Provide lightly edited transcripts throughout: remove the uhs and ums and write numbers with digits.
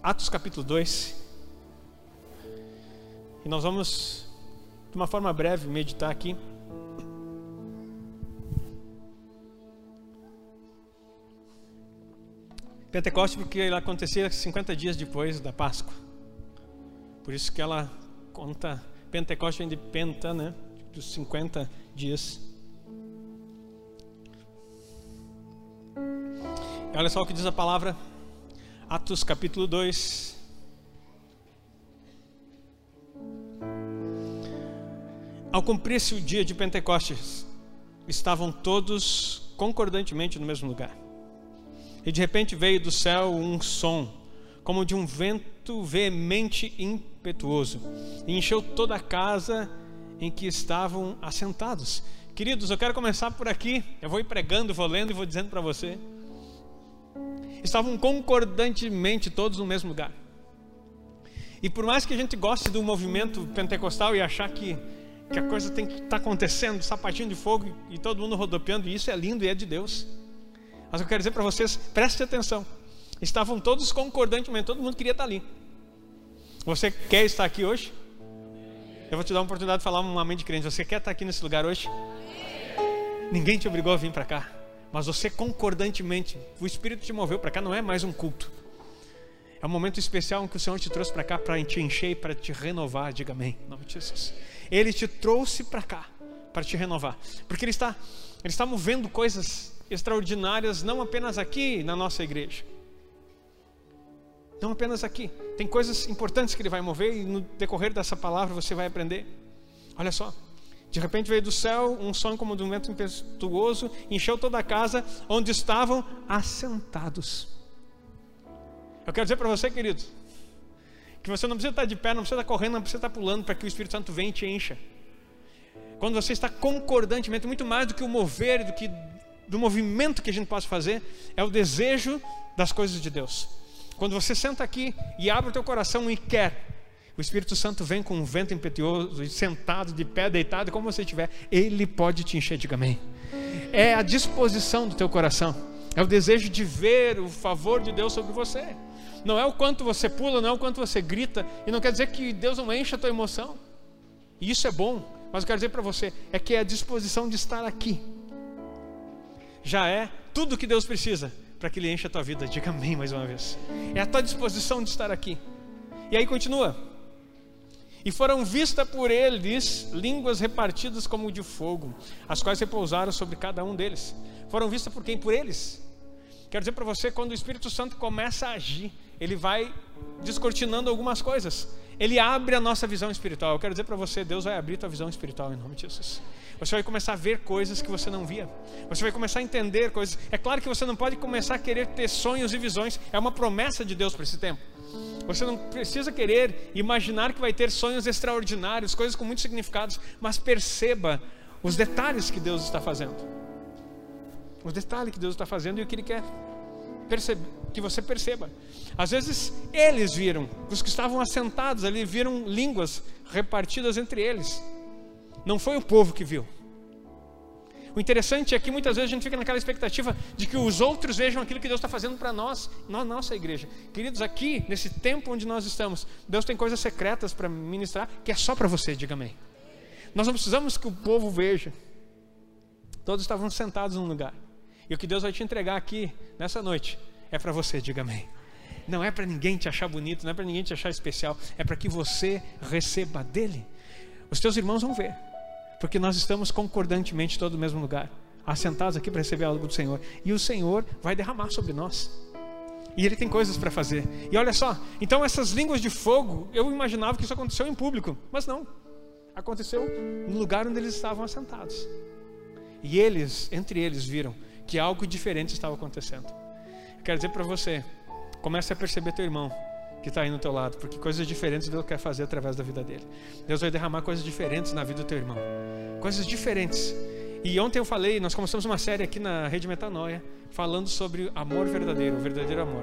Atos capítulo 2. E nós vamos, de uma forma breve, meditar aqui. Pentecostes, porque ela acontecia 50 dias depois da Páscoa. Por isso que ela conta, Pentecostes vem de penta, né? Dos 50 dias. E olha só o que diz a palavra, Atos capítulo 2. Ao cumprir-se o dia de Pentecostes, estavam todos concordantemente no mesmo lugar. E de repente veio do céu um som, como de um vento veemente e impetuoso, e encheu toda a casa em que estavam assentados. Queridos, eu quero começar por aqui. Eu vou ir pregando, vou lendo e vou dizendo para você. Estavam concordantemente todos no mesmo lugar. E por mais que a gente goste do movimento pentecostal e achar que a coisa tem que estar acontecendo, sapatinho de fogo e todo mundo rodopiando, e isso é lindo e é de Deus. Mas eu quero dizer para vocês, prestem atenção. Estavam todos concordantemente, todo mundo queria estar ali. Você quer estar aqui hoje? Eu vou te dar uma oportunidade de falar um amém de crente. Você quer estar aqui nesse lugar hoje? Ninguém te obrigou a vir para cá, mas você concordantemente, o Espírito te moveu para cá. Não é mais um culto, é um momento especial em que o Senhor te trouxe para cá para te encher e para te renovar. Diga amém, em nome de Jesus. Ele te trouxe para cá para te renovar, porque Ele está movendo coisas extraordinárias, não apenas aqui na nossa igreja, não apenas aqui. Tem coisas importantes que Ele vai mover, e no decorrer dessa palavra você vai aprender. Olha só, de repente veio do céu um som como de um vento impetuoso, encheu toda a casa onde estavam assentados. Eu quero dizer para você, querido, que você não precisa estar de pé, não precisa estar correndo, não precisa estar pulando para que o Espírito Santo venha e te encha. Quando você está concordantemente, muito mais do que o mover, do movimento que a gente possa fazer, é o desejo das coisas de Deus. Quando você senta aqui e abre o teu coração e quer, o Espírito Santo vem com um vento impetuoso, e sentado, de pé, deitado, como você estiver, Ele pode te encher. Diga amém. É a disposição do teu coração, é o desejo de ver o favor de Deus sobre você. Não é o quanto você pula, não é o quanto você grita, e não quer dizer que Deus não enche a tua emoção, e isso é bom, mas eu quero dizer para você, é que é a disposição de estar aqui já é tudo que Deus precisa para que Ele encha a tua vida. Diga amém mais uma vez. É a tua disposição de estar aqui. E aí continua. E foram vistas por eles línguas repartidas como de fogo, as quais repousaram sobre cada um deles. Foram vistas por quem? Por eles. Quero dizer para você, quando o Espírito Santo começa a agir, Ele vai descortinando algumas coisas. Ele abre a nossa visão espiritual. Eu quero dizer para você, Deus vai abrir a tua visão espiritual em nome de Jesus. Você vai começar a ver coisas que você não via. Você vai começar a entender coisas. É claro que você não pode começar a querer ter sonhos e visões. É uma promessa de Deus para esse tempo. Você não precisa querer imaginar que vai ter sonhos extraordinários, coisas com muitos significados. Mas perceba os detalhes que Deus está fazendo. Os detalhes que Deus está fazendo e o que Ele quer que você perceba. Às vezes eles viram, os que estavam assentados ali viram línguas repartidas entre eles. Não foi o povo que viu. O interessante é que muitas vezes a gente fica naquela expectativa de que os outros vejam aquilo que Deus está fazendo para nós, na nossa igreja. Queridos, aqui, nesse tempo onde nós estamos, Deus tem coisas secretas para ministrar, que é só para você, diga amém. Nós não precisamos que o povo veja. Todos estavam sentados num lugar. E o que Deus vai te entregar aqui, nessa noite, é para você, diga amém. Não é para ninguém te achar bonito, não é para ninguém te achar especial, é para que você receba dele. Os teus irmãos vão ver, porque nós estamos concordantemente todos no mesmo lugar, assentados aqui para receber algo do Senhor, e o Senhor vai derramar sobre nós, e Ele tem coisas para fazer. E olha só, então essas línguas de fogo, eu imaginava que isso aconteceu em público, mas não, aconteceu no lugar onde eles estavam assentados, e eles, entre eles, viram que algo diferente estava acontecendo. Eu quero dizer para você, comece a perceber teu irmão que está aí no teu lado, porque coisas diferentes Deus quer fazer através da vida dele. Deus vai derramar coisas diferentes na vida do teu irmão, coisas diferentes. E ontem eu falei, nós começamos uma série aqui na Rede Metanoia, falando sobre amor verdadeiro, o verdadeiro amor.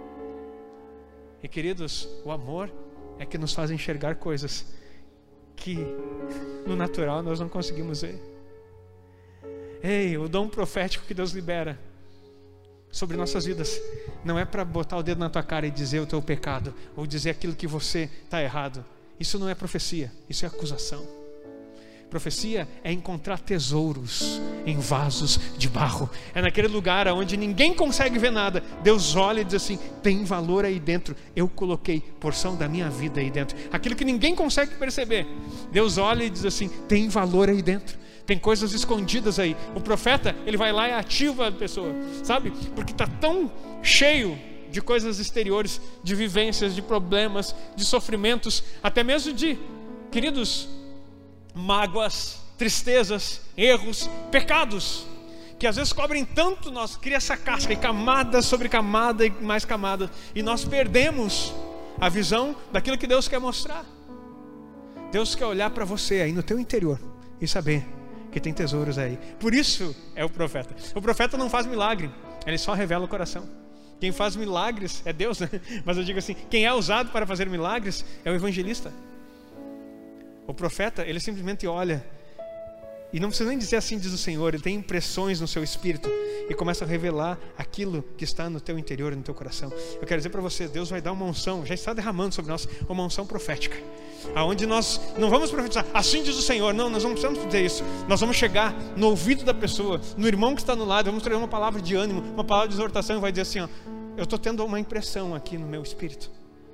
E queridos, o amor é que nos faz enxergar coisas que no natural nós não conseguimos ver. Ei, o dom profético que Deus libera sobre nossas vidas não é para botar o dedo na tua cara e dizer o teu pecado, ou dizer aquilo que você está errado. Isso não é profecia, isso é acusação. Profecia é encontrar tesouros em vasos de barro. É naquele lugar onde ninguém consegue ver nada. Deus olha e diz assim: tem valor aí dentro. Eu coloquei porção da minha vida aí dentro. Aquilo que ninguém consegue perceber, Deus olha e diz assim: tem valor aí dentro. Tem coisas escondidas aí. O profeta, ele vai lá e ativa a pessoa, sabe? Porque está tão cheio de coisas exteriores, de vivências, de problemas, de sofrimentos, até mesmo de, queridos, mágoas, tristezas, erros, pecados, que às vezes cobrem tanto, nós cria essa casca, e camada sobre camada e mais camada, e nós perdemos a visão daquilo que Deus quer mostrar. Deus quer olhar para você aí no teu interior e saber que tem tesouros aí. Por isso é o profeta. O profeta não faz milagre, ele só revela o coração. Quem faz milagres é Deus, né? Mas eu digo assim, quem é usado para fazer milagres é o evangelista. O profeta, ele simplesmente olha, e não precisa nem dizer assim diz o Senhor, ele tem impressões no seu espírito e começa a revelar aquilo que está no teu interior e no teu coração. Eu quero dizer para você, Deus vai dar uma unção, já está derramando sobre nós uma unção profética, aonde nós não vamos profetizar, assim diz o Senhor, não, nós não precisamos dizer isso. Nós vamos chegar no ouvido da pessoa, no irmão que está no lado, vamos trazer uma palavra de ânimo, uma palavra de exortação, e vai dizer assim, ó, eu estou tendo uma impressão aqui no meu espírito.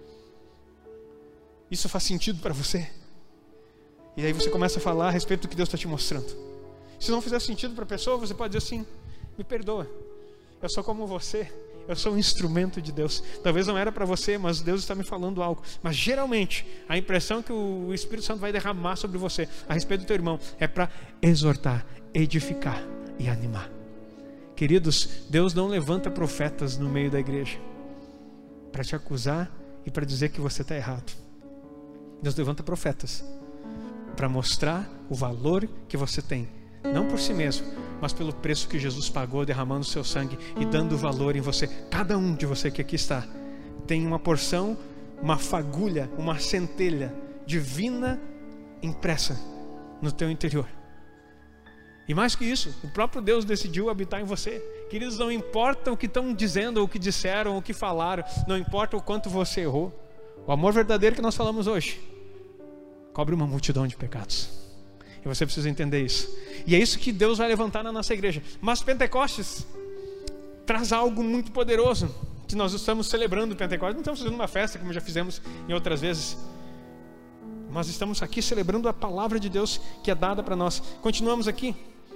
Isso faz sentido para você? E aí você começa a falar a respeito do que Deus está te mostrando. Se não fizer sentido para a pessoa, você pode dizer assim: me perdoa, eu sou como você, eu sou um instrumento de Deus. Talvez não era para você, mas Deus está me falando algo. Mas geralmente a impressão que o Espírito Santo vai derramar sobre você a respeito do teu irmão é para exortar, edificar e animar. Queridos, Deus não levanta profetas no meio da igreja para te acusar e para dizer que você está errado. Deus levanta profetas para mostrar o valor que você tem, não por si mesmo, mas pelo preço que Jesus pagou, derramando o seu sangue e dando valor em você. Cada um de você que aqui está tem uma porção, uma fagulha, uma centelha divina impressa no teu interior. E mais que isso, o próprio Deus decidiu habitar em você. Queridos, não importa o que estão dizendo, ou o que disseram, ou o que falaram, não importa o quanto você errou, o amor verdadeiro que nós falamos hoje cobre uma multidão de pecados. E você precisa entender isso. E é isso que Deus vai levantar na nossa igreja. Mas Pentecostes traz algo muito poderoso, que nós estamos celebrando Pentecostes. Não estamos fazendo uma festa como já fizemos em outras vezes, mas estamos aqui celebrando a palavra de Deus que é dada para nós. Continuamos aqui.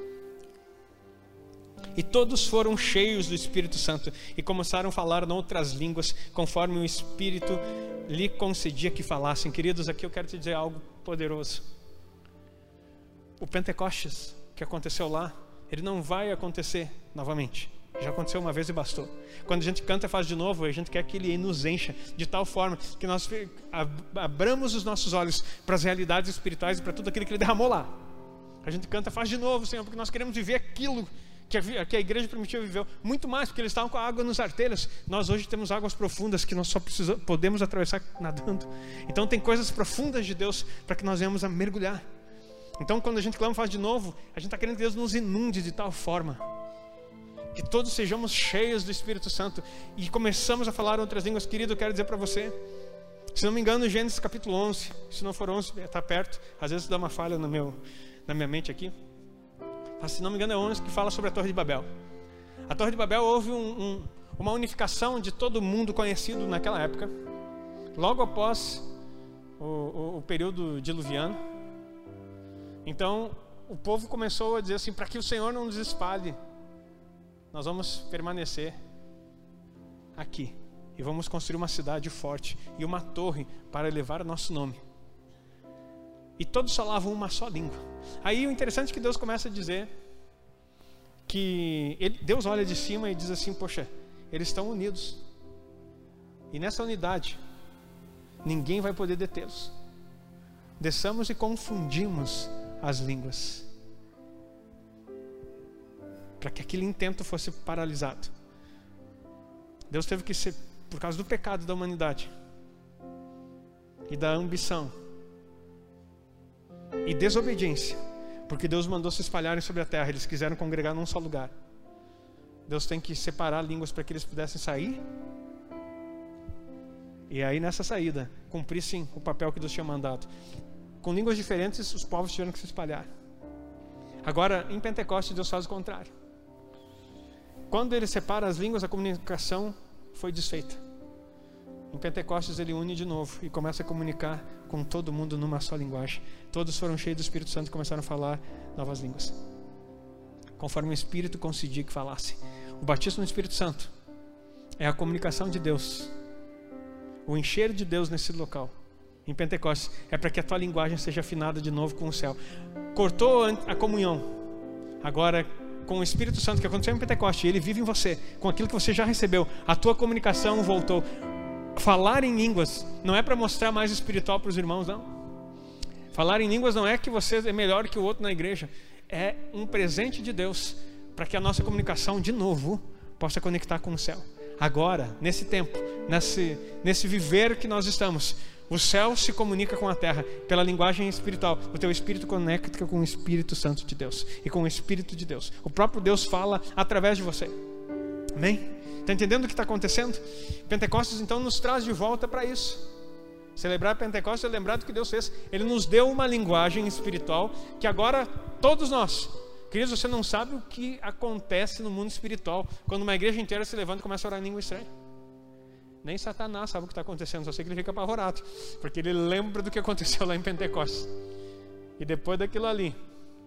E todos foram cheios do Espírito Santo e começaram a falar em outras línguas, conforme o Espírito lhe concedia que falassem. Queridos, aqui eu quero te dizer algo poderoso. O Pentecostes que aconteceu lá, ele não vai acontecer novamente. Já aconteceu uma vez e bastou. Quando a gente canta e faz de novo, a gente quer que Ele nos encha de tal forma que nós abramos os nossos olhos para as realidades espirituais e para tudo aquilo que Ele derramou lá. A gente canta e faz de novo, Senhor, porque nós queremos viver aquilo que a igreja primitiva viveu, muito mais, porque eles estavam com a água nos artelhos. Nós hoje temos águas profundas que nós só podemos atravessar nadando. Então tem coisas profundas de Deus para que nós venhamos a mergulhar. Então quando a gente clama e faz de novo, a gente está querendo que Deus nos inunde de tal forma que todos sejamos cheios do Espírito Santo e começamos a falar outras línguas. Querido, eu quero dizer para você, se não me engano, Gênesis capítulo 11, se não for 11, está perto, às vezes dá uma falha na minha mente aqui, mas se não me engano é 11, que fala sobre a Torre de Babel. A Torre de Babel houve uma unificação de todo mundo conhecido naquela época, logo após o período diluviano. Então o povo começou a dizer assim: para que o Senhor não nos espalhe, nós vamos permanecer aqui e vamos construir uma cidade forte e uma torre para elevar o nosso nome. E todos falavam uma só língua. Aí o interessante é que Deus começa a dizer que Deus olha de cima e diz assim: poxa, eles estão unidos, e nessa unidade ninguém vai poder detê-los. Desçamos e confundimos as línguas, para que aquele intento fosse paralisado. Deus teve que ser, por causa do pecado da humanidade e da ambição e desobediência, porque Deus mandou se espalharem sobre a terra. Eles quiseram congregar num só lugar. Deus tem que separar línguas para que eles pudessem sair. E aí nessa saída, cumprissem o papel que Deus tinha mandado. Com línguas diferentes, os povos tiveram que se espalhar. Agora, em Pentecostes, Deus faz o contrário. Quando Ele separa as línguas, a comunicação foi desfeita. Em Pentecostes, Ele une de novo e começa a comunicar com todo mundo numa só linguagem. Todos foram cheios do Espírito Santo e começaram a falar novas línguas, conforme o Espírito concedia que falasse. O batismo no Espírito Santo é a comunicação de Deus, o encher de Deus nesse local. Em Pentecostes é para que a tua linguagem seja afinada de novo com o céu. Cortou a comunhão. Agora, com o Espírito Santo, que aconteceu em Pentecostes, Ele vive em você, com aquilo que você já recebeu, a tua comunicação voltou. Falar em línguas não é para mostrar mais espiritual para os irmãos, não. Falar em línguas não é que você é melhor que o outro na igreja. É um presente de Deus para que a nossa comunicação, de novo, possa conectar com o céu. Agora, nesse tempo, nesse viver que nós estamos, o céu se comunica com a terra pela linguagem espiritual. O teu espírito conecta com o Espírito Santo de Deus e com o Espírito de Deus. O próprio Deus fala através de você. Amém? Está entendendo o que está acontecendo? Pentecostes então nos traz de volta para isso. Celebrar Pentecostes é lembrar do que Deus fez. Ele nos deu uma linguagem espiritual que agora todos nós, queridos, você não sabe o que acontece no mundo espiritual quando uma igreja inteira se levanta e começa a orar em língua estranha. Nem Satanás sabe o que está acontecendo, só sei que ele fica apavorado, porque ele lembra do que aconteceu lá em Pentecostes. E depois daquilo ali,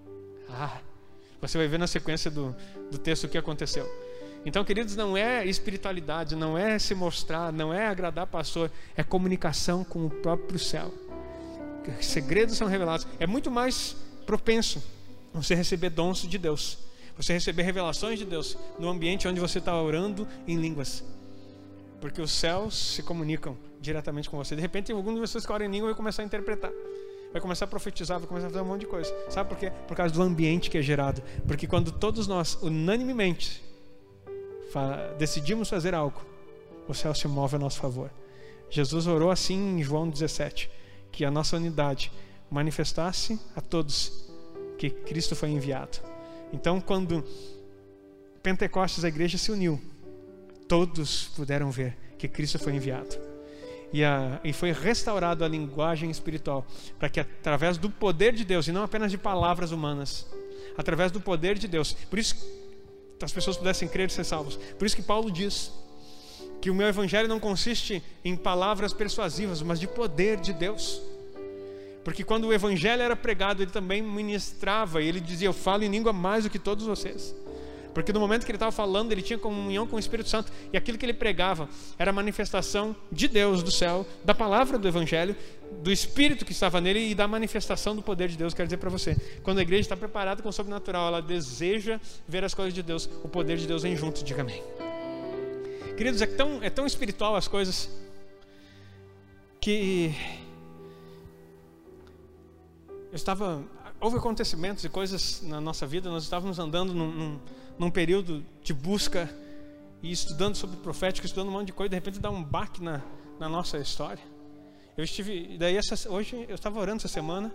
você vai ver na sequência do texto o que aconteceu. Então, queridos, não é espiritualidade, não é se mostrar, não é agradar pastor, é comunicação com o próprio céu. Segredos são revelados. É muito mais propenso você receber dons de Deus, você receber revelações de Deus no ambiente onde você está orando em línguas, porque os céus se comunicam diretamente com você. De repente, algum de vocês que oram em língua vai começar a interpretar, vai começar a profetizar, vai começar a fazer um monte de coisa. Sabe por quê? Por causa do ambiente que é gerado. Porque quando todos nós, unanimemente, decidimos fazer algo, o céu se move a nosso favor. Jesus orou assim em João 17, que a nossa unidade manifestasse a todos que Cristo foi enviado. Então, quando Pentecostes, a igreja se uniu, todos puderam ver que Cristo foi enviado. E foi restaurado a linguagem espiritual, para que através do poder de Deus, e não apenas de palavras humanas, através do poder de Deus, por isso as pessoas pudessem crer e ser salvos. Por isso que Paulo diz que o meu evangelho não consiste em palavras persuasivas, mas de poder de Deus. Porque quando o evangelho era pregado, ele também ministrava, e ele dizia: eu falo em língua mais do que todos vocês. Porque no momento que ele estava falando, ele tinha comunhão com o Espírito Santo, e aquilo que ele pregava era a manifestação de Deus do céu, da palavra do evangelho, do Espírito que estava nele e da manifestação do poder de Deus. Quero dizer para você, quando a igreja está preparada com o sobrenatural, ela deseja ver as coisas de Deus, o poder de Deus vem junto. Diga amém. Queridos, é tão espiritual as coisas que houve acontecimentos e coisas na nossa vida. Nós estávamos andando num período de busca e estudando sobre o profético, estudando um monte de coisa. De repente dá um baque na nossa história. Hoje eu estava orando essa semana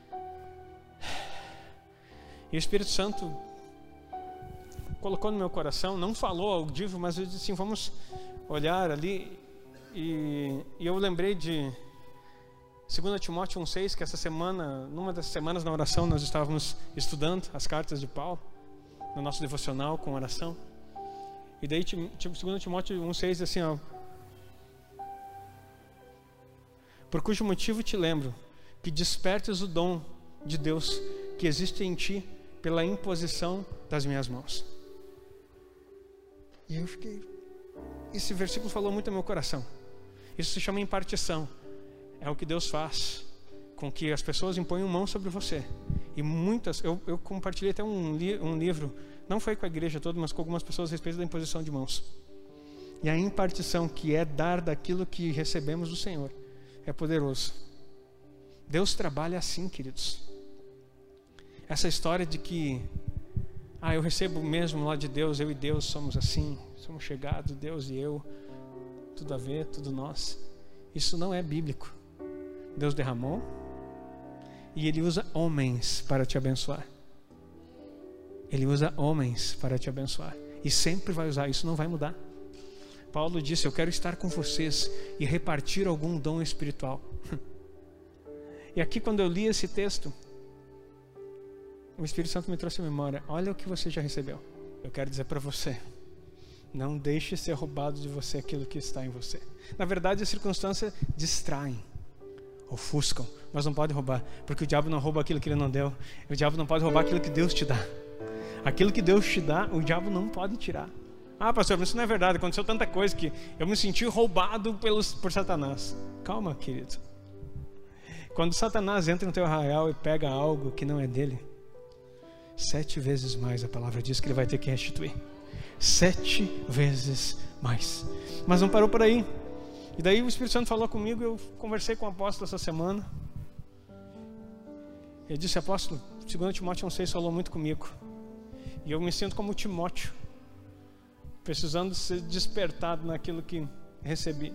e o Espírito Santo colocou no meu coração, não falou audível, mas eu disse assim: vamos olhar ali. E eu lembrei de 2 Timóteo 1,6, que essa semana, numa das semanas na oração, nós estávamos estudando as cartas de Paulo no nosso devocional com oração. E daí 2 Timóteo 1,6 diz assim, por cujo motivo te lembro que despertes o dom de Deus que existe em ti pela imposição das minhas mãos. E eu fiquei... Esse versículo falou muito ao meu coração. Isso se chama impartição. É o que Deus faz com que as pessoas imponham mão sobre você. E muitas... Eu compartilhei até um livro, não foi com a igreja toda, mas com algumas pessoas a respeito da imposição de mãos. E a impartição, que é dar daquilo que recebemos do Senhor, é poderoso. Deus trabalha assim, queridos. Essa história de que eu recebo mesmo lá de Deus, eu e Deus somos assim, somos chegados, Deus e eu, tudo a ver, tudo nós. Isso não é bíblico. Deus derramou e Ele usa homens para te abençoar. Ele usa homens para te abençoar. e sempre vai usar, isso não vai mudar. Paulo disse: eu quero estar com vocês e repartir algum dom espiritual. E aqui, quando eu li esse texto, o Espírito Santo me trouxe à memória: olha o que você já recebeu. Eu quero dizer para você, não deixe ser roubado de você aquilo que está em você. Na verdade, as circunstâncias distraem, ofuscam, mas não pode roubar, porque o diabo não rouba aquilo que ele não deu. O diabo não pode roubar aquilo que Deus te dá. Aquilo que Deus te dá, o diabo não pode tirar. Ah, pastor, mas isso não é verdade, aconteceu tanta coisa que eu me senti roubado por Satanás. Calma, querido. Quando Satanás entra no teu arraial e pega algo que não é dele, 7 vezes mais a palavra diz que ele vai ter que restituir. 7 vezes mais. Mas não parou por aí. E daí o Espírito Santo falou comigo, eu conversei com o apóstolo essa semana. Ele disse: apóstolo, 2 Timóteo 1,6 falou muito comigo. E eu me sinto como Timóteo, precisando ser despertado naquilo que recebi.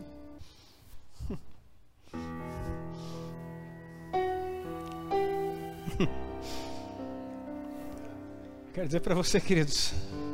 Quero dizer para você, queridos,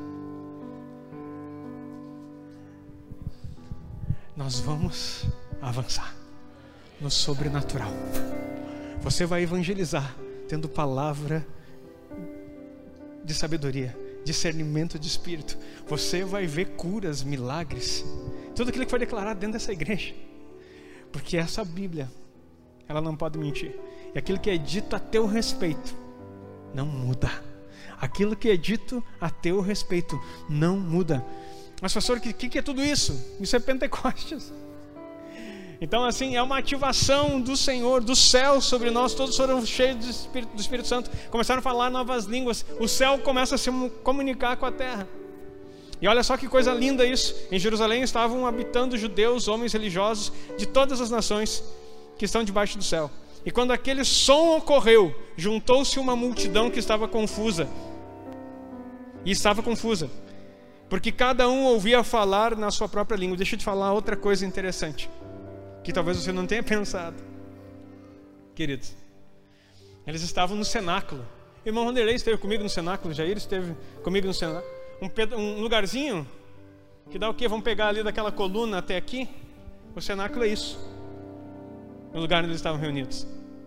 nós vamos avançar no sobrenatural. Você vai evangelizar tendo palavra de sabedoria, discernimento de espírito. Você vai ver curas, milagres, tudo aquilo que foi declarado dentro dessa igreja, porque essa Bíblia, ela não pode mentir. E aquilo que é dito a teu respeito não muda. Aquilo que é dito a teu respeito não muda. Mas pastor, o que é tudo isso? Isso é Pentecostes. Então assim, é uma ativação do Senhor, do céu sobre nós. Todos foram cheios do Espírito Santo, começaram a falar novas línguas. O céu começa a se comunicar com a terra. E olha só que coisa linda isso. Em Jerusalém estavam habitando judeus, homens religiosos de todas as nações que estão debaixo do céu. E quando aquele som ocorreu, juntou-se uma multidão que estava confusa. E estava confusa, porque cada um ouvia falar na sua própria língua. Deixa eu te falar outra coisa interessante, que talvez você não tenha pensado. Queridos, eles estavam no cenáculo. O irmão Wanderlei esteve comigo no cenáculo, Jair esteve comigo no cenáculo. Um lugarzinho que dá o quê? Vamos pegar ali daquela coluna até aqui. O cenáculo é isso, o lugar onde eles estavam reunidos.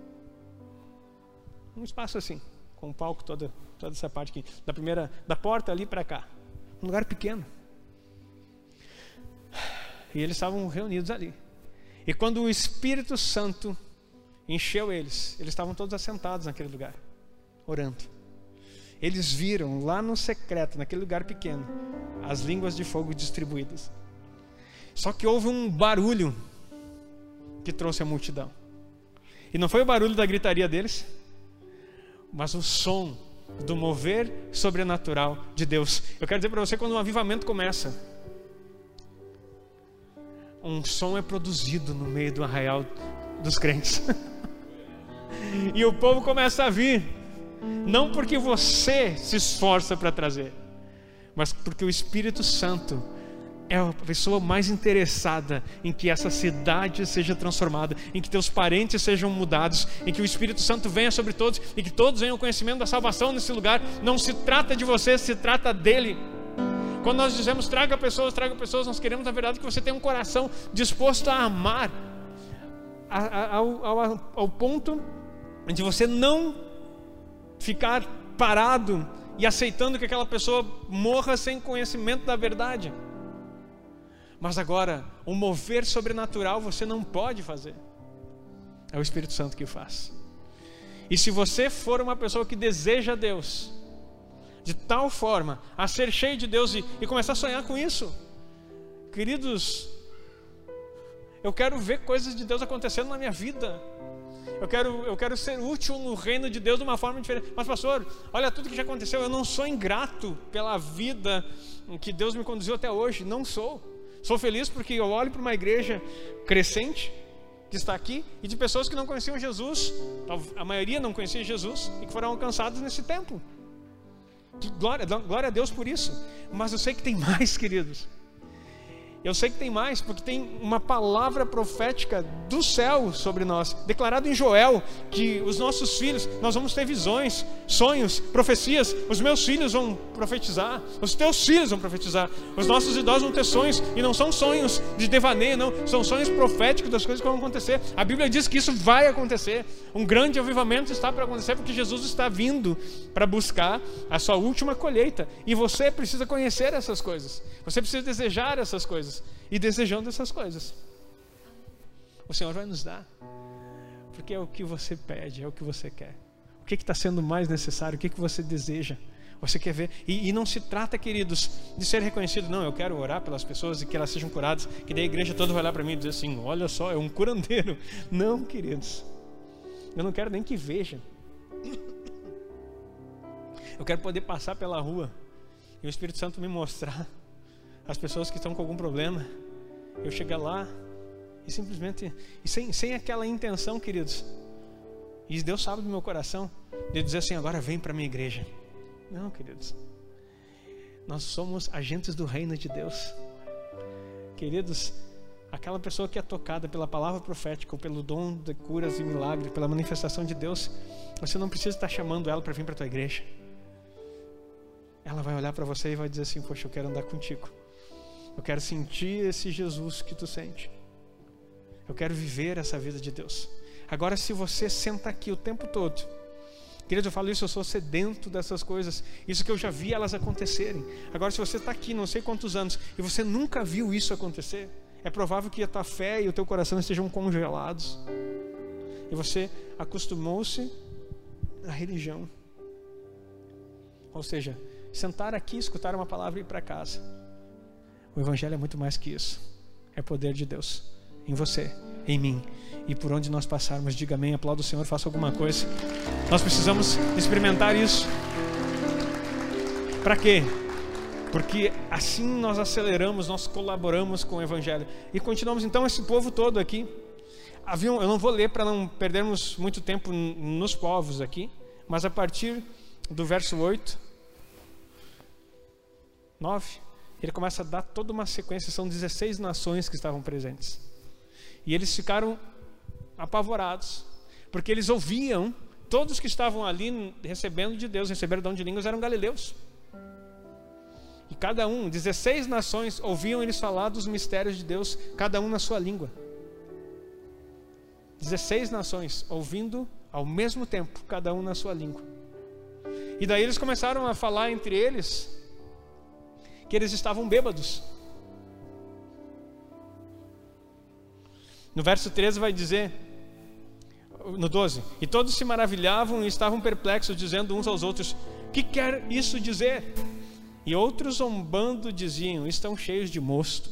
Um espaço assim, com um palco toda essa parte aqui, da porta ali para cá, um lugar pequeno. E eles estavam reunidos ali. E quando o Espírito Santo encheu eles estavam todos assentados naquele lugar, orando. Eles viram lá no secreto, naquele lugar pequeno, as línguas de fogo distribuídas. Só que houve um barulho que trouxe a multidão. E não foi o barulho da gritaria deles, mas o som do mover sobrenatural de Deus. Eu quero dizer para você, quando um avivamento começa, um som é produzido no meio do arraial dos crentes. E o povo começa a vir, não porque você se esforça para trazer, mas porque o Espírito Santo é a pessoa mais interessada em que essa cidade seja transformada, em que teus parentes sejam mudados, em que o Espírito Santo venha sobre todos e que todos venham ao conhecimento da salvação nesse lugar. Não se trata de você, se trata dele. Quando nós dizemos traga pessoas, nós queremos na verdade que você tenha um coração disposto a amar ao ponto de você não ficar parado e aceitando que aquela pessoa morra sem conhecimento da verdade. Mas agora, um mover sobrenatural você não pode fazer. É o Espírito Santo que faz. E se você for uma pessoa que deseja Deus de tal forma a ser cheio de Deus e começar a sonhar com isso, queridos, eu quero ver coisas de Deus acontecendo na minha vida. Eu quero ser útil no reino de Deus de uma forma diferente. Mas pastor, olha tudo que já aconteceu. Eu não sou ingrato pela vida que Deus me conduziu até hoje. Não sou. Sou feliz porque eu olho para uma igreja crescente que está aqui e de pessoas que não conheciam Jesus, a maioria não conhecia Jesus e que foram alcançados nesse tempo. Glória a Deus por isso. Mas eu sei que tem mais, queridos. Eu sei que tem mais, porque tem uma palavra profética do céu sobre nós, declarado em Joel, que os nossos filhos, nós vamos ter visões, sonhos, profecias. Os meus filhos vão profetizar, os teus filhos vão profetizar, os nossos idosos vão ter sonhos, e não são sonhos de devaneio, não, são sonhos proféticos das coisas que vão acontecer. A Bíblia diz que isso vai acontecer. Um grande avivamento está para acontecer, porque Jesus está vindo para buscar a sua última colheita, e você precisa conhecer essas coisas, você precisa desejar essas coisas. E desejando essas coisas, o Senhor vai nos dar, porque é o que você pede, é o que você quer. O que está sendo mais necessário? O que você deseja? Você quer ver? E não se trata, queridos, de ser reconhecido. Não, eu quero orar pelas pessoas e que elas sejam curadas, que daí a igreja toda vai olhar para mim e dizer assim: olha só, é um curandeiro. Não, queridos, eu não quero nem que vejam. Eu quero poder passar pela rua e o Espírito Santo me mostrar as pessoas que estão com algum problema, eu chegar lá e simplesmente, e sem aquela intenção, queridos, e Deus sabe do meu coração, de dizer assim: agora vem para a minha igreja. Não, queridos, nós somos agentes do reino de Deus. Queridos, aquela pessoa que é tocada pela palavra profética, ou pelo dom de curas e milagres, pela manifestação de Deus, você não precisa estar chamando ela para vir para a tua igreja. Ela vai olhar para você e vai dizer assim: poxa, eu quero andar contigo. Eu quero sentir esse Jesus que tu sente. Eu quero viver essa vida de Deus. Agora, se você senta aqui o tempo todo, querido, eu falo isso, eu sou sedento dessas coisas, isso que eu já vi elas acontecerem. Agora, se você está aqui não sei quantos anos e você nunca viu isso acontecer, é provável que a tua fé e o teu coração estejam congelados, e você acostumou-se à religião. Ou seja, sentar aqui, escutar uma palavra e ir para casa. O Evangelho é muito mais que isso. É poder de Deus em você, em mim. E por onde nós passarmos, diga amém, aplauda o Senhor, faça alguma coisa. Nós precisamos experimentar isso. Para quê? Porque assim nós aceleramos, nós colaboramos com o Evangelho. E continuamos então esse povo todo aqui. Eu não vou ler para não perdermos muito tempo nos povos aqui, mas a partir do verso 8, 9... ele começa a dar toda uma sequência. São 16 nações que estavam presentes. E eles ficaram apavorados, porque eles ouviam, todos que estavam ali recebendo de Deus, receberam dom de línguas, eram galileus. E cada um, 16 nações, ouviam eles falar dos mistérios de Deus, cada um na sua língua. 16 nações ouvindo ao mesmo tempo, cada um na sua língua. E daí eles começaram a falar entre eles que eles estavam bêbados. No verso 13 vai dizer, no 12: e todos se maravilhavam e estavam perplexos, dizendo uns aos outros: que quer isso dizer? E outros, zombando, diziam: estão cheios de mosto.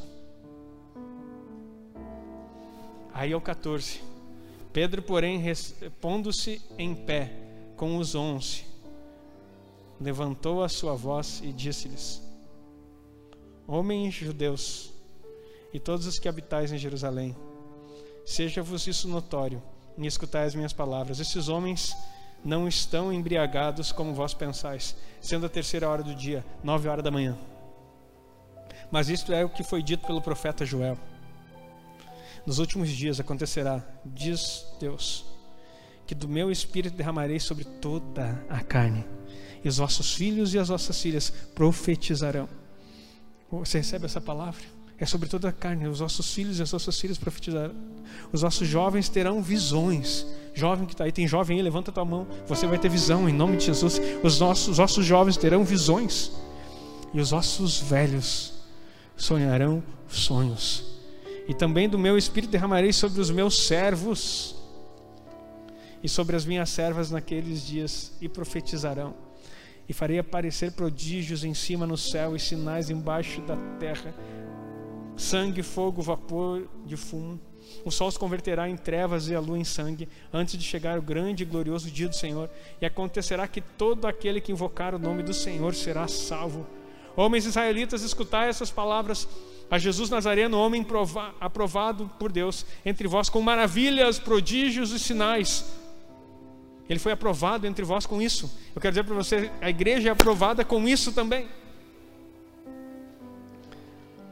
Aí ao 14: Pedro, porém, pondo-se em pé com os 11, levantou a sua voz e disse-lhes: homens judeus e todos os que habitais em Jerusalém, seja-vos isso notório em escutar as minhas palavras. Esses homens não estão embriagados como vós pensais, sendo a 3ª hora do dia, 9 horas da manhã. Mas isto é o que foi dito pelo profeta Joel: nos últimos dias acontecerá, diz Deus, que do meu espírito derramarei sobre toda a carne, e os vossos filhos e as vossas filhas profetizarão. Você recebe essa palavra? É sobre toda a carne. Os vossos filhos e as vossas filhas profetizarão. Os vossos jovens terão visões. Jovem que está aí, tem jovem aí, levanta a tua mão. Você vai ter visão em nome de Jesus. Os vossos jovens terão visões. E os vossos velhos sonharão sonhos. E também do meu espírito derramarei sobre os meus servos e sobre as minhas servas naqueles dias, e profetizarão. E farei aparecer prodígios em cima no céu e sinais embaixo da terra: sangue, fogo, vapor de fumo. O sol se converterá em trevas e a lua em sangue, antes de chegar o grande e glorioso dia do Senhor. E acontecerá que todo aquele que invocar o nome do Senhor será salvo. Homens israelitas, escutai essas palavras: a Jesus Nazareno, homem aprovado por Deus entre vós com maravilhas, prodígios e sinais. Ele foi aprovado entre vós com isso. Eu quero dizer para você, a igreja é aprovada com isso também.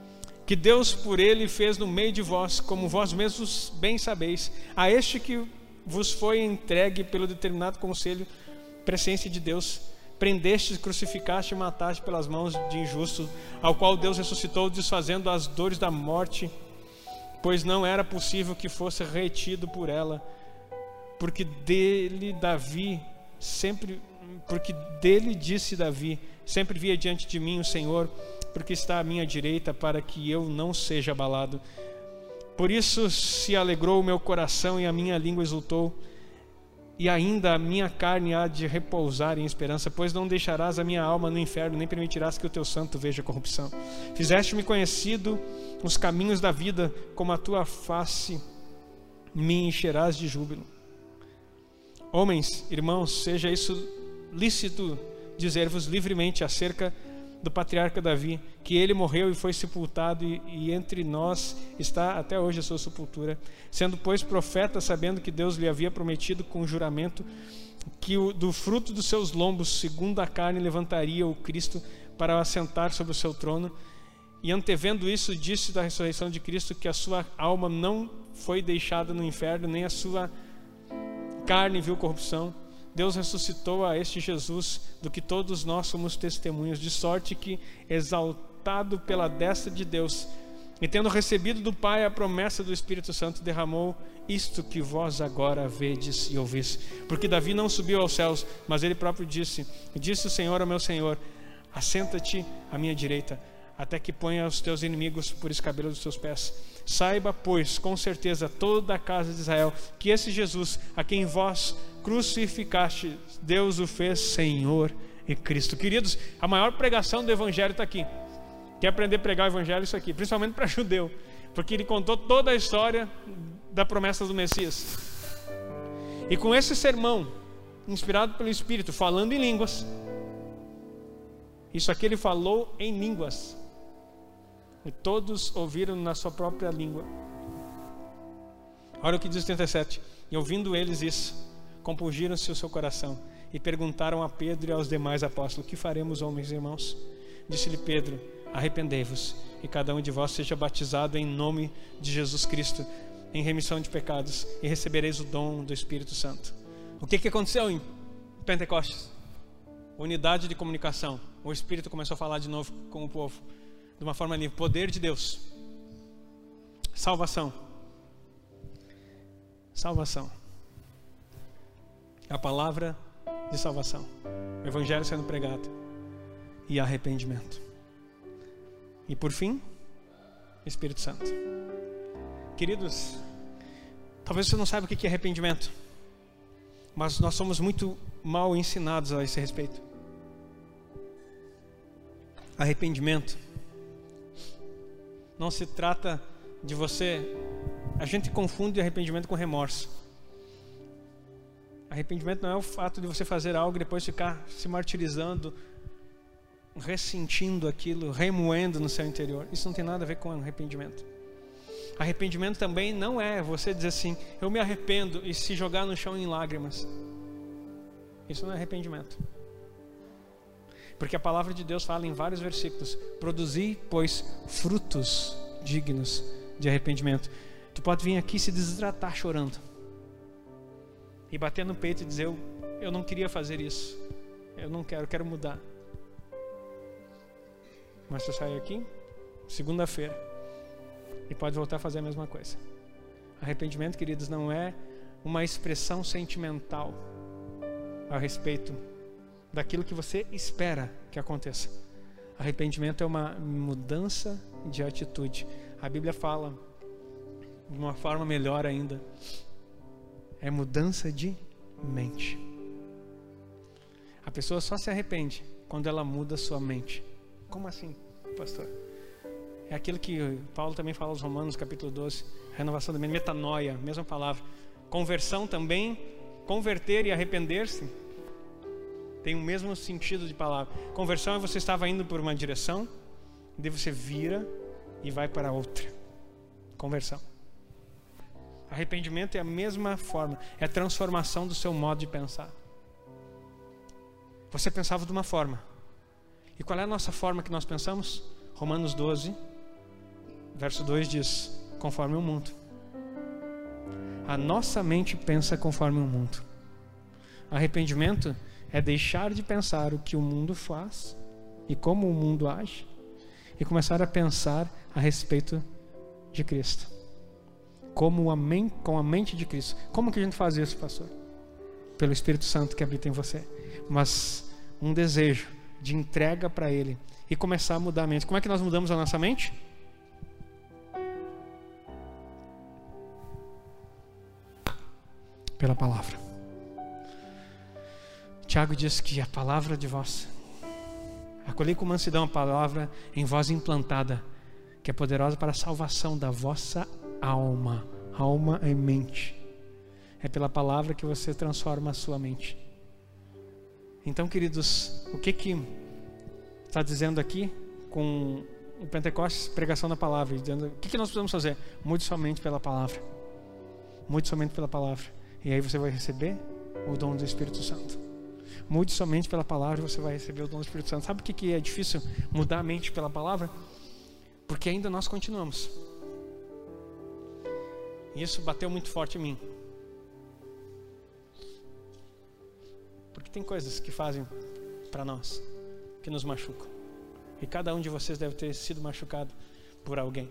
que Deus por ele fez no meio de vós, como vós mesmos bem sabeis, a este que vos foi entregue pelo determinado conselho, presciência de Deus, prendeste, crucificaste e mataste pelas mãos de injusto, ao qual Deus ressuscitou, desfazendo as dores da morte, pois não era possível que fosse retido por ela, porque dele disse Davi, sempre via diante de mim o Senhor, porque está à minha direita, para que eu não seja abalado. Por isso se alegrou o meu coração e a minha língua exultou, e ainda a minha carne há de repousar em esperança, pois não deixarás a minha alma no inferno, nem permitirás que o teu santo veja corrupção. Fizeste-me conhecido os caminhos da vida, como a tua face me encherás de júbilo. Homens, irmãos, seja isso lícito dizer-vos livremente acerca do patriarca Davi, que ele morreu e foi sepultado, e entre nós está até hoje a sua sepultura, sendo pois profeta, sabendo que Deus lhe havia prometido com juramento que do fruto dos seus lombos, segundo a carne, levantaria o Cristo para assentar sobre o seu trono, e antevendo isso, disse da ressurreição de Cristo que a sua alma não foi deixada no inferno, nem a sua carne viu corrupção. Deus ressuscitou a este Jesus, do que todos nós somos testemunhas, de sorte que, exaltado pela destra de Deus, e tendo recebido do Pai a promessa do Espírito Santo, derramou isto que vós agora vedes e ouvis. Porque Davi não subiu aos céus, mas ele próprio disse o Senhor ao meu Senhor, assenta-te à minha direita, até que ponha os teus inimigos por escabelo dos teus pés. Saiba, pois, com certeza, toda a casa de Israel, que esse Jesus, a quem vós crucificaste, Deus o fez Senhor e Cristo. Queridos, a maior pregação do Evangelho está aqui. Quer aprender a pregar o Evangelho? Isso aqui, principalmente para judeu, porque ele contou toda a história da promessa do Messias. E com esse sermão, inspirado pelo Espírito, falando em línguas, isso aqui ele falou em línguas, e todos ouviram na sua própria língua. Olha o que diz 37. E ouvindo eles isso, compungiram-se o seu coração e perguntaram a Pedro e aos demais apóstolos: que faremos, homens e irmãos? Disse-lhe Pedro: arrependei-vos e cada um de vós seja batizado em nome de Jesus Cristo em remissão de pecados, e recebereis o dom do Espírito Santo. O que aconteceu em Pentecostes? Unidade de comunicação. O Espírito começou a falar de novo com o povo de uma forma livre. Poder de Deus. Salvação. A palavra de salvação, o Evangelho sendo pregado, e arrependimento. E por fim, Espírito Santo. Queridos, talvez você não saiba o que é arrependimento, mas nós somos muito mal ensinados a esse respeito. Arrependimento não se trata de você. A gente confunde arrependimento com remorso. Arrependimento não é o fato de você fazer algo e depois ficar se martirizando, ressentindo aquilo, remoendo no seu interior. Isso não tem nada a ver com arrependimento. Arrependimento também não é você dizer assim: eu me arrependo, e se jogar no chão em lágrimas. Isso não é arrependimento. Porque a palavra de Deus fala em vários versículos: produzi, pois, frutos dignos de arrependimento. Tu pode vir aqui se desidratar chorando e bater no peito e dizer: eu não queria fazer isso, eu não quero, eu quero mudar. Mas tu sai aqui segunda-feira e pode voltar a fazer a mesma coisa. Arrependimento, queridos, não é uma expressão sentimental a respeito daquilo que você espera que aconteça. Arrependimento é uma mudança de atitude. A Bíblia fala de uma forma melhor ainda: é mudança de mente. A pessoa só se arrepende quando ela muda sua mente. Como assim, pastor? É aquilo que Paulo também fala aos Romanos, capítulo 12, renovação da mente, metanoia, mesma palavra. Conversão também, converter e arrepender-se, tem o mesmo sentido de palavra. Conversão é você estava indo por uma direção, daí você vira e vai para outra. Conversão. Arrependimento é a mesma forma, é a transformação do seu modo de pensar. Você pensava de uma forma. E qual é a nossa forma que nós pensamos? Romanos 12, verso 2 diz: conforme o mundo. A nossa mente pensa conforme o mundo. Arrependimento é deixar de pensar o que o mundo faz e como o mundo age e começar a pensar a respeito de Cristo, com a mente de Cristo. Como que a gente faz isso, pastor? Pelo Espírito Santo que habita em você, mas um desejo de entrega para Ele e começar a mudar a mente. Como é que nós mudamos a nossa mente? Pela palavra. Tiago diz que a palavra de vós, acolhei com mansidão a palavra em vós implantada, que é poderosa para a salvação da vossa alma. Alma e mente. É pela palavra que você transforma a sua mente. Então, queridos, o que está dizendo aqui com o Pentecostes, pregação da palavra, dizendo, o que nós precisamos fazer? Mude somente pela palavra. Mude somente pela palavra. E aí você vai receber o dom do Espírito Santo. Mude somente pela palavra e você vai receber o dom do Espírito Santo. Sabe o que é difícil mudar a mente pela palavra? Porque ainda nós continuamos. E isso bateu muito forte em mim. Porque tem coisas que fazem para nós, que nos machucam. E cada um de vocês deve ter sido machucado por alguém.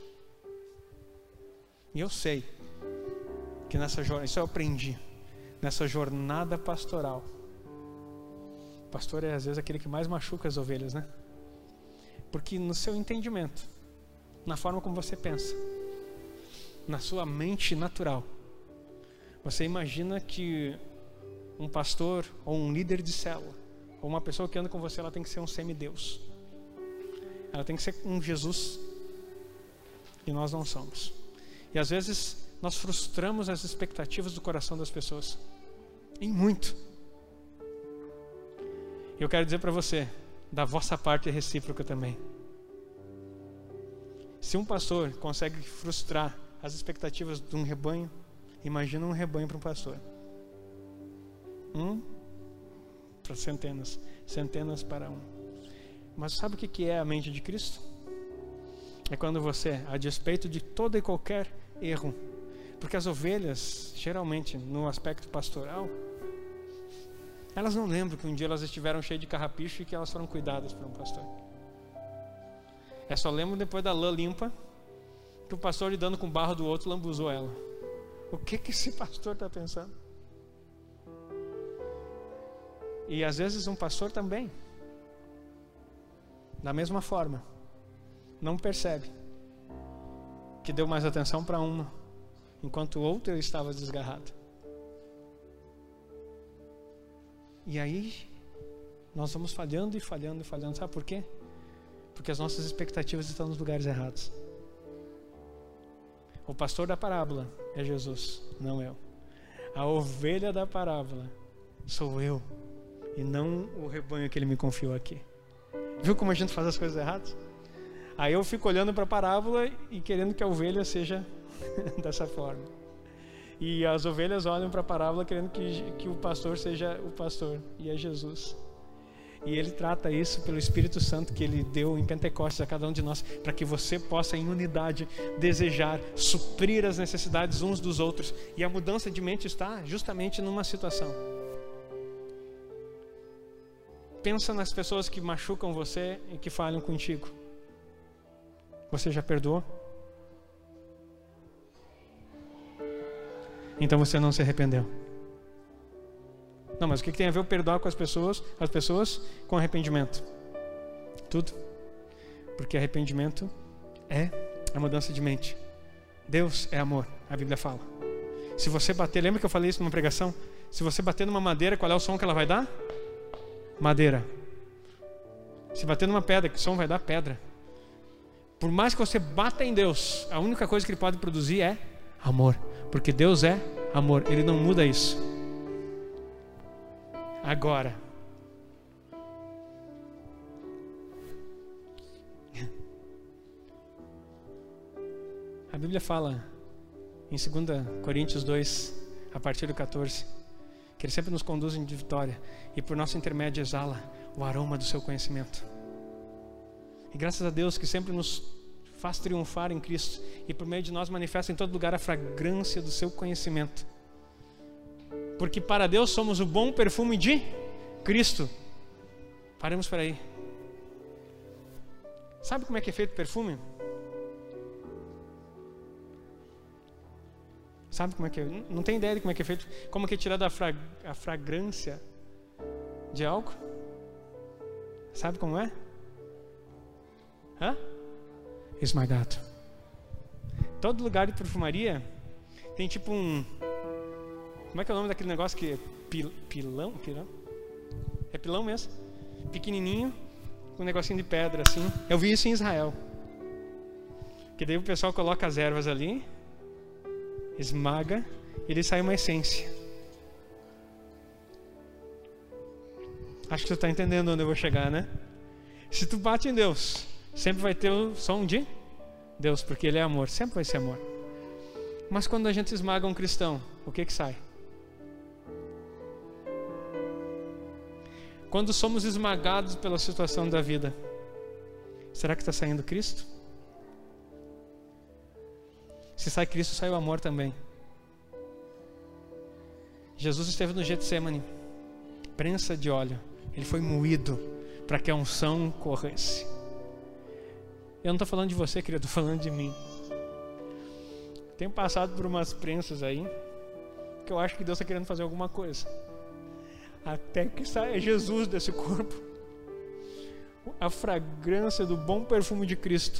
E eu sei que nessa jornada, isso eu aprendi, nessa jornada pastoral. O pastor é às vezes aquele que mais machuca as ovelhas, né? Porque no seu entendimento, na forma como você pensa, na sua mente natural, você imagina que um pastor ou um líder de célula, ou uma pessoa que anda com você, ela tem que ser um semideus. Ela tem que ser um Jesus. E nós não somos. E às vezes nós frustramos as expectativas do coração das pessoas. Em muito. Eu quero dizer para você, da vossa parte é recíproca também. Se um pastor consegue frustrar as expectativas de um rebanho, imagina um rebanho para um pastor. Para centenas, centenas para um. Mas sabe o que é a mente de Cristo? É quando você, a despeito de todo e qualquer erro, porque as ovelhas, geralmente, no aspecto pastoral, elas não lembram que um dia elas estiveram cheias de carrapicho e que elas foram cuidadas por um pastor. É só lembram depois da lã limpa, que o pastor lidando com o barro do outro lambuzou ela. O que esse pastor está pensando? E às vezes um pastor também, da mesma forma, não percebe que deu mais atenção para uma, enquanto o outro estava desgarrado. E aí nós vamos falhando e falhando e falhando. Sabe por quê? Porque as nossas expectativas estão nos lugares errados. O pastor da parábola é Jesus, não eu. A ovelha da parábola sou eu, e não o rebanho que ele me confiou aqui. Viu como a gente faz as coisas erradas? Aí eu fico olhando para a parábola e querendo que a ovelha seja dessa forma. E as ovelhas olham para a parábola querendo que o pastor seja o pastor, e é Jesus. E ele trata isso pelo Espírito Santo que ele deu em Pentecostes a cada um de nós, para que você possa em unidade desejar suprir as necessidades uns dos outros. E a mudança de mente está justamente numa situação. Pensa nas pessoas que machucam você e que falham contigo. Você já perdoou? Então você não se arrependeu. Não, mas o que tem a ver o perdoar com as pessoas com arrependimento? Tudo. Porque arrependimento é a mudança de mente. Deus é amor, a Bíblia fala. Se você bater, lembra que eu falei isso numa pregação? Se você bater numa madeira, qual é o som que ela vai dar? Madeira. Se bater numa pedra, que som vai dar? Pedra. Por mais que você bata em Deus, a única coisa que Ele pode produzir é amor. Porque Deus é amor, Ele não muda isso. Agora, a Bíblia fala em 2 Coríntios 2, a partir do 14, que Ele sempre nos conduz em vitória e por nosso intermédio exala o aroma do seu conhecimento. E graças a Deus que sempre nos faz triunfar em Cristo e por meio de nós manifesta em todo lugar a fragrância do seu conhecimento. Porque para Deus somos o bom perfume de Cristo. Paremos por aí. Sabe como é que é feito perfume? Sabe como é que é? Não tem ideia de como é que é feito? Como que é tirada a fragrância de algo? Sabe como é? Esmagado. Todo lugar de perfumaria tem tipo um... Como é que é o nome daquele negócio que é pilão? É pilão mesmo? Pequenininho, com um negocinho de pedra assim. Eu vi isso em Israel. Que daí o pessoal coloca as ervas ali, esmaga e ele sai uma essência. Acho que tu está entendendo onde eu vou chegar, né? Se tu bate em Deus, sempre vai ter o som de Deus, porque Ele é amor, sempre vai ser amor. Mas quando a gente esmaga um cristão, o que sai? Quando somos esmagados pela situação da vida, será que está saindo Cristo? Se sai Cristo, sai o amor também. Jesus esteve no Getsemane, prensa de óleo. Ele foi moído para que a unção corresse. Eu não estou falando de você, querido, estou falando de mim. Tenho passado por umas prensas aí, que eu acho que Deus está querendo fazer alguma coisa. Até que saia Jesus desse corpo. A fragrância do bom perfume de Cristo.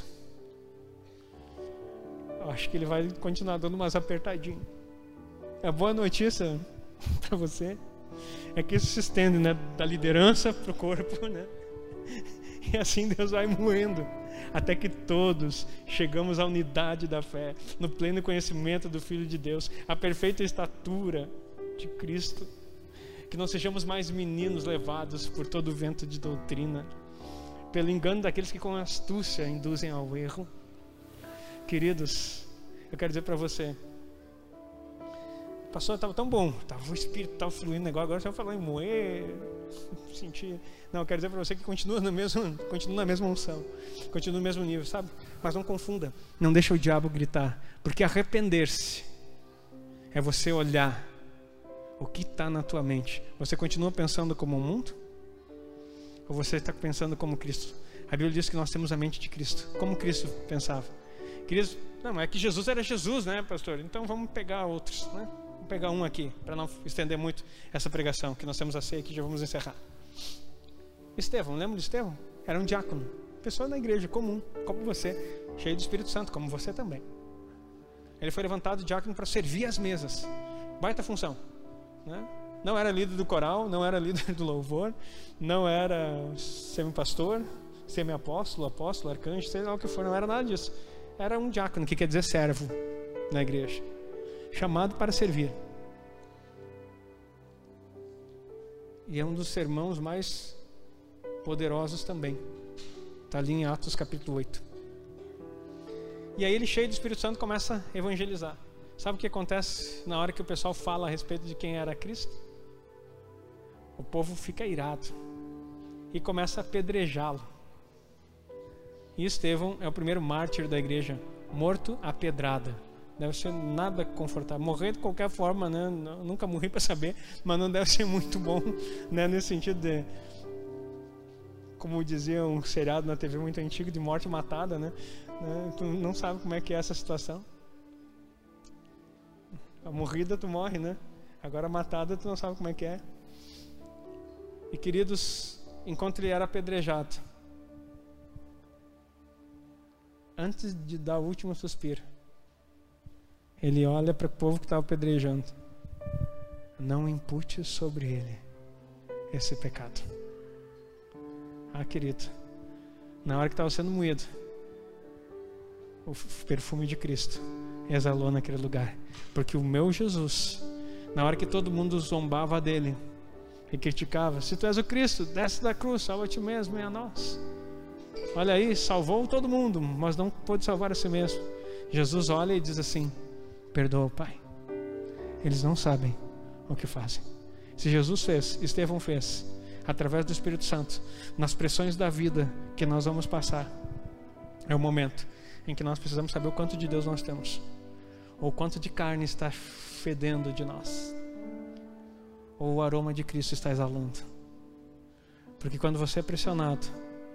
Eu acho que Ele vai continuar dando umas apertadinhas. A boa notícia para você é que isso se estende, né, da liderança para o corpo, né? E assim Deus vai moendo até que todos chegamos à unidade da fé, no pleno conhecimento do Filho de Deus, à perfeita estatura de Cristo. Que não sejamos mais meninos levados por todo o vento de doutrina, pelo engano daqueles que com astúcia induzem ao erro. Queridos, eu quero dizer para você, pastor, estava tão bom, o Espírito estava fluindo agora você vai falar em moer, sentir. Não, eu quero dizer para você que continua na mesma unção, continua no mesmo nível, sabe? Mas não confunda, não deixa o diabo gritar, porque arrepender-se é você olhar o que está na tua mente. Você continua pensando como o mundo? Ou você está pensando como Cristo? A Bíblia diz que nós temos a mente de Cristo. Como Cristo pensava? Queridos, não, é que Jesus era Jesus, né, pastor? Então vamos pegar outros, né? Vamos pegar um aqui, para não estender muito essa pregação, que nós temos a ceia aqui, já vamos encerrar. Estevão, lembra de Estevão? Era um diácono, pessoa da igreja comum, como você, cheio do Espírito Santo, como você também. Ele foi levantado diácono para servir as mesas. Baita função, né? Não era líder do coral, não era líder do louvor, não era semi-pastor, semi-apóstolo, apóstolo, arcanjo, sei lá o que for, não era nada disso. Era um diácono, que quer dizer servo na igreja, chamado para servir. E é um dos sermões mais poderosos também. Está ali em Atos capítulo 8. E aí ele, cheio do Espírito Santo, começa a evangelizar. Sabe o que acontece na hora que o pessoal fala a respeito de quem era Cristo? O povo fica irado e começa a apedrejá-lo. E Estevão é o primeiro mártir da igreja, morto a pedrada. Deve ser nada confortável. Morrer de qualquer forma, né? Nunca morri para saber, mas não deve ser muito bom, né? Nesse sentido de, como dizia um seriado na TV muito antigo, de morte matada, né? Tu não sabe como é que é essa situação. A morrida tu morre, né? Agora a matada tu não sabe como é que é. E queridos, enquanto ele era apedrejado, antes de dar o último suspiro, ele olha para o povo que estava apedrejando: não impute sobre ele esse pecado. Ah, querido, na hora que estava sendo moído, o perfume de Cristo exalou naquele lugar, porque o meu Jesus, na hora que todo mundo zombava dele e criticava: se tu és o Cristo, desce da cruz, salva a ti mesmo e a nós. Olha aí, salvou todo mundo, mas não pôde salvar a si mesmo. Jesus olha e diz assim: perdoa, Pai, eles não sabem o que fazem. Se Jesus fez, Estevão fez, através do Espírito Santo, nas pressões da vida que nós vamos passar, é o momento em que nós precisamos saber o quanto de Deus nós temos, ou o quanto de carne está fedendo de nós, ou o aroma de Cristo está exalando. Porque quando você é pressionado,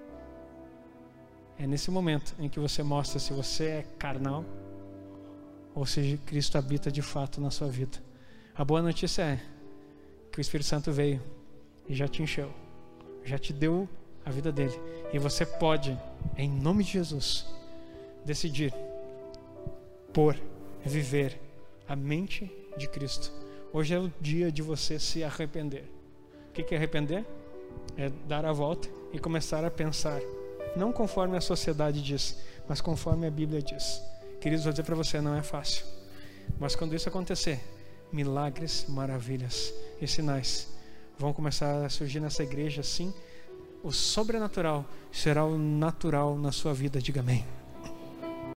é nesse momento em que você mostra se você é carnal ou se Cristo habita de fato na sua vida. A boa notícia é que o Espírito Santo veio e já te encheu, já te deu a vida dele, e você pode, em nome de Jesus, decidir viver a mente de Cristo. Hoje é o dia de você se arrepender. O que é arrepender? É dar a volta e começar a pensar, não conforme a sociedade diz, mas conforme a Bíblia diz. Queridos, vou dizer para você, não é fácil, mas quando isso acontecer, milagres, maravilhas e sinais vão começar a surgir nessa igreja. Assim, o sobrenatural será o natural na sua vida. Diga amém.